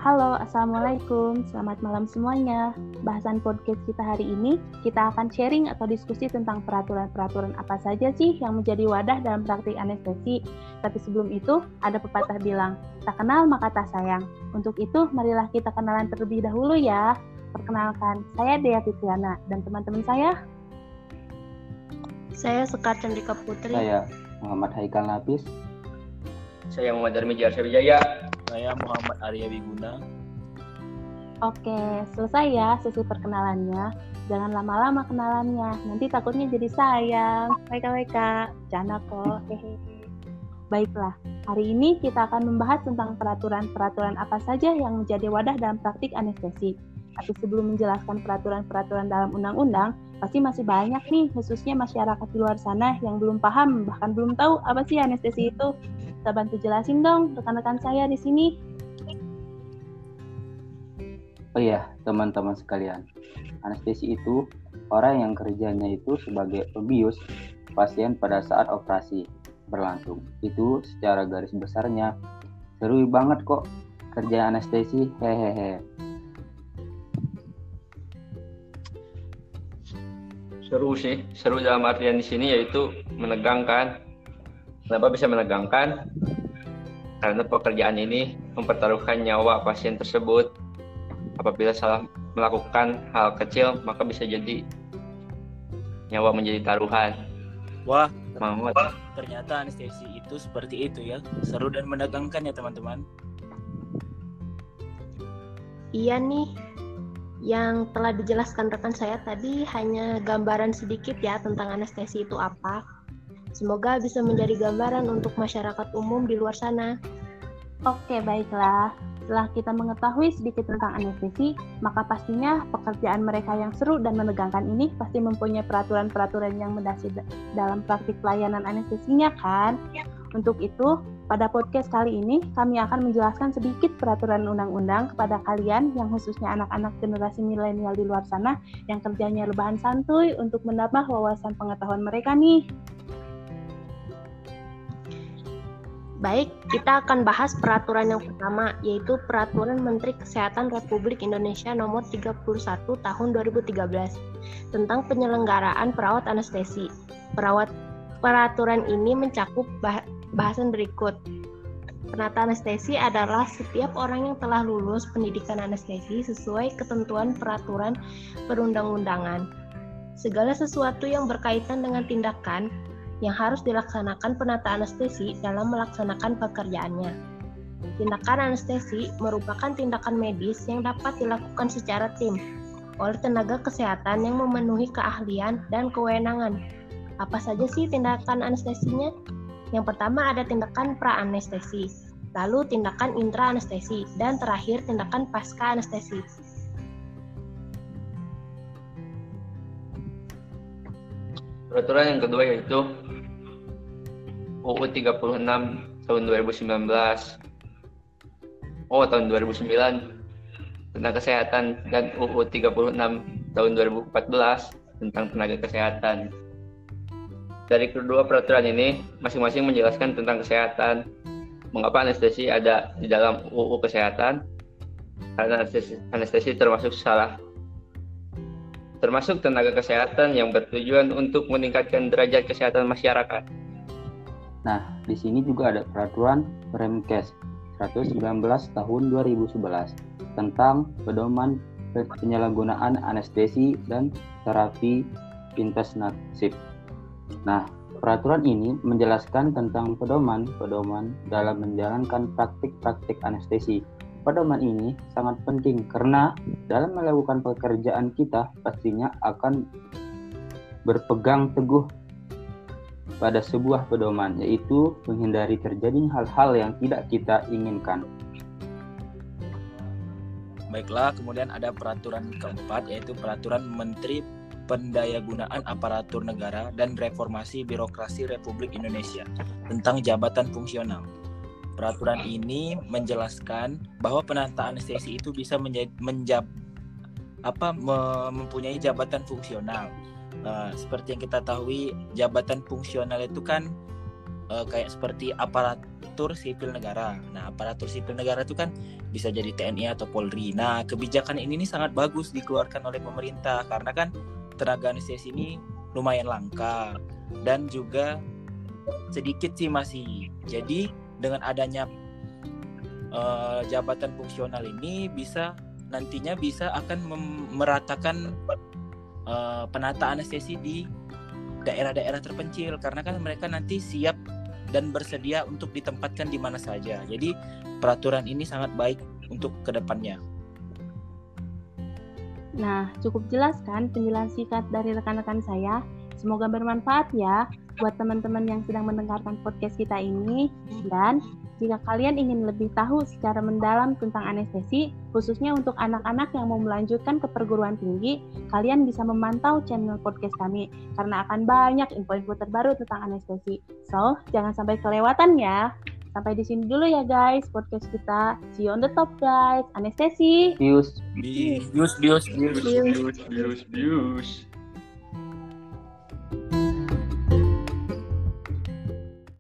Halo, Assalamualaikum. Selamat malam semuanya. Bahasan podcast kita hari ini, kita akan sharing atau diskusi tentang peraturan-peraturan apa saja sih yang menjadi wadah dalam praktik anestesi. Tapi sebelum itu, ada pepatah bilang, tak kenal maka tak sayang. Untuk itu, marilah kita kenalan terlebih dahulu ya. Perkenalkan, saya Dea Fitriana dan teman-teman saya. Saya Sekar Candika Putri. Saya Muhammad Haikal Nafis. Saya Muhammad Darmi Jarsya Wijaya. Saya Muhammad Arya Wiguna. Oke, selesai ya sesi perkenalannya. Jangan lama-lama kenalannya, nanti takutnya jadi sayang. WK, canda kok. Baiklah, hari ini kita akan membahas tentang peraturan-peraturan apa saja yang menjadi wadah dalam praktik anestesi. Tapi sebelum menjelaskan peraturan-peraturan dalam undang-undang, pasti masih banyak nih, khususnya masyarakat di luar sana yang belum paham, bahkan belum tahu apa sih anestesi itu. Kita bantu jelasin dong rekan-rekan saya di sini. Oh iya, teman-teman sekalian. Anestesi itu orang yang kerjanya itu sebagai pembius pasien pada saat operasi berlangsung. Itu secara garis besarnya. Seru banget kok kerja anestesi. Hehehe. Seru sih, seru dalam artian di sini yaitu menegangkan. Kenapa bisa menegangkan? Karena pekerjaan ini mempertaruhkan nyawa pasien tersebut. Apabila salah melakukan hal kecil, maka bisa jadi nyawa menjadi taruhan. Wah, Mahmud. ternyata anestesi itu seperti itu ya. Seru dan menegangkan ya teman-teman. Iya nih, yang telah dijelaskan rekan saya tadi hanya gambaran sedikit ya tentang anestesi itu apa. Semoga bisa menjadi gambaran untuk masyarakat umum di luar sana. Oke, baiklah. Setelah kita mengetahui sedikit tentang anestesi, maka pastinya pekerjaan mereka yang seru dan menegangkan ini pasti mempunyai peraturan-peraturan yang mendasar dalam praktik pelayanan anestesinya kan? Untuk itu, pada podcast kali ini kami akan menjelaskan sedikit peraturan undang-undang kepada kalian yang khususnya anak-anak generasi milenial di luar sana yang kerjanya rebahan santuy untuk menambah wawasan pengetahuan mereka nih. Baik, kita akan bahas peraturan yang pertama, yaitu Peraturan Menteri Kesehatan Republik Indonesia Nomor 31 Tahun 2013 tentang penyelenggaraan perawat anestesi. Peraturan ini mencakup bahasan berikut. Penata anestesi adalah setiap orang yang telah lulus pendidikan anestesi sesuai ketentuan peraturan perundang-undangan. Segala sesuatu yang berkaitan dengan tindakan yang harus dilaksanakan penata anestesi dalam melaksanakan pekerjaannya. Tindakan anestesi merupakan tindakan medis yang dapat dilakukan secara tim oleh tenaga kesehatan yang memenuhi keahlian dan kewenangan. Apa saja sih tindakan anestesinya? Yang pertama ada tindakan pra-anestesi, lalu tindakan intra-anestesi, dan terakhir tindakan pasca-anestesi. Peraturan yang kedua yaitu UU 36 tahun 2019 tahun 2009 tentang kesehatan dan UU 36 tahun 2014 tentang tenaga kesehatan. Dari kedua peraturan ini masing-masing menjelaskan tentang kesehatan. Mengapa anestesi ada di dalam UU kesehatan? Karena anestesi termasuk tenaga kesehatan yang bertujuan untuk meningkatkan derajat kesehatan masyarakat. Nah, di sini juga ada peraturan Permenkes 119 tahun 2011 tentang pedoman penyalahgunaan anestesi dan terapi intensif. Nah, peraturan ini menjelaskan tentang pedoman dalam menjalankan praktik-praktik anestesi. Pedoman ini sangat penting karena dalam melakukan pekerjaan kita pastinya akan berpegang teguh pada sebuah pedoman, yaitu menghindari terjadinya hal-hal yang tidak kita inginkan. Baiklah, kemudian ada peraturan keempat, yaitu Peraturan Menteri Pendayagunaan Aparatur Negara dan Reformasi Birokrasi Republik Indonesia tentang jabatan fungsional. Peraturan ini menjelaskan bahwa penata anestesi itu bisa mempunyai jabatan fungsional. Seperti yang kita tahu, jabatan fungsional itu kan kayak seperti aparatur sipil negara. Nah, aparatur sipil negara itu kan bisa jadi TNI atau Polri. Nah, kebijakan ini nih sangat bagus dikeluarkan oleh pemerintah karena kan tenaga anestesi ini lumayan langka dan juga sedikit sih masih. Jadi dengan adanya jabatan fungsional ini nantinya bisa akan meratakan penata anestesi di daerah-daerah terpencil karena kan mereka nanti siap dan bersedia untuk ditempatkan di mana saja. Jadi peraturan ini sangat baik untuk kedepannya. Nah, cukup jelas kan penjelasan singkat dari rekan-rekan saya. Semoga bermanfaat ya buat teman-teman yang sedang mendengarkan podcast kita ini. Dan jika kalian ingin lebih tahu secara mendalam tentang anestesi, khususnya untuk anak-anak yang mau melanjutkan ke perguruan tinggi, kalian bisa memantau channel podcast kami karena akan banyak info-info terbaru tentang anestesi. So, jangan sampai kelewatan ya. Sampai di sini dulu ya guys podcast kita. See you on the top guys. Anestesi. Bius. Bius. Bius.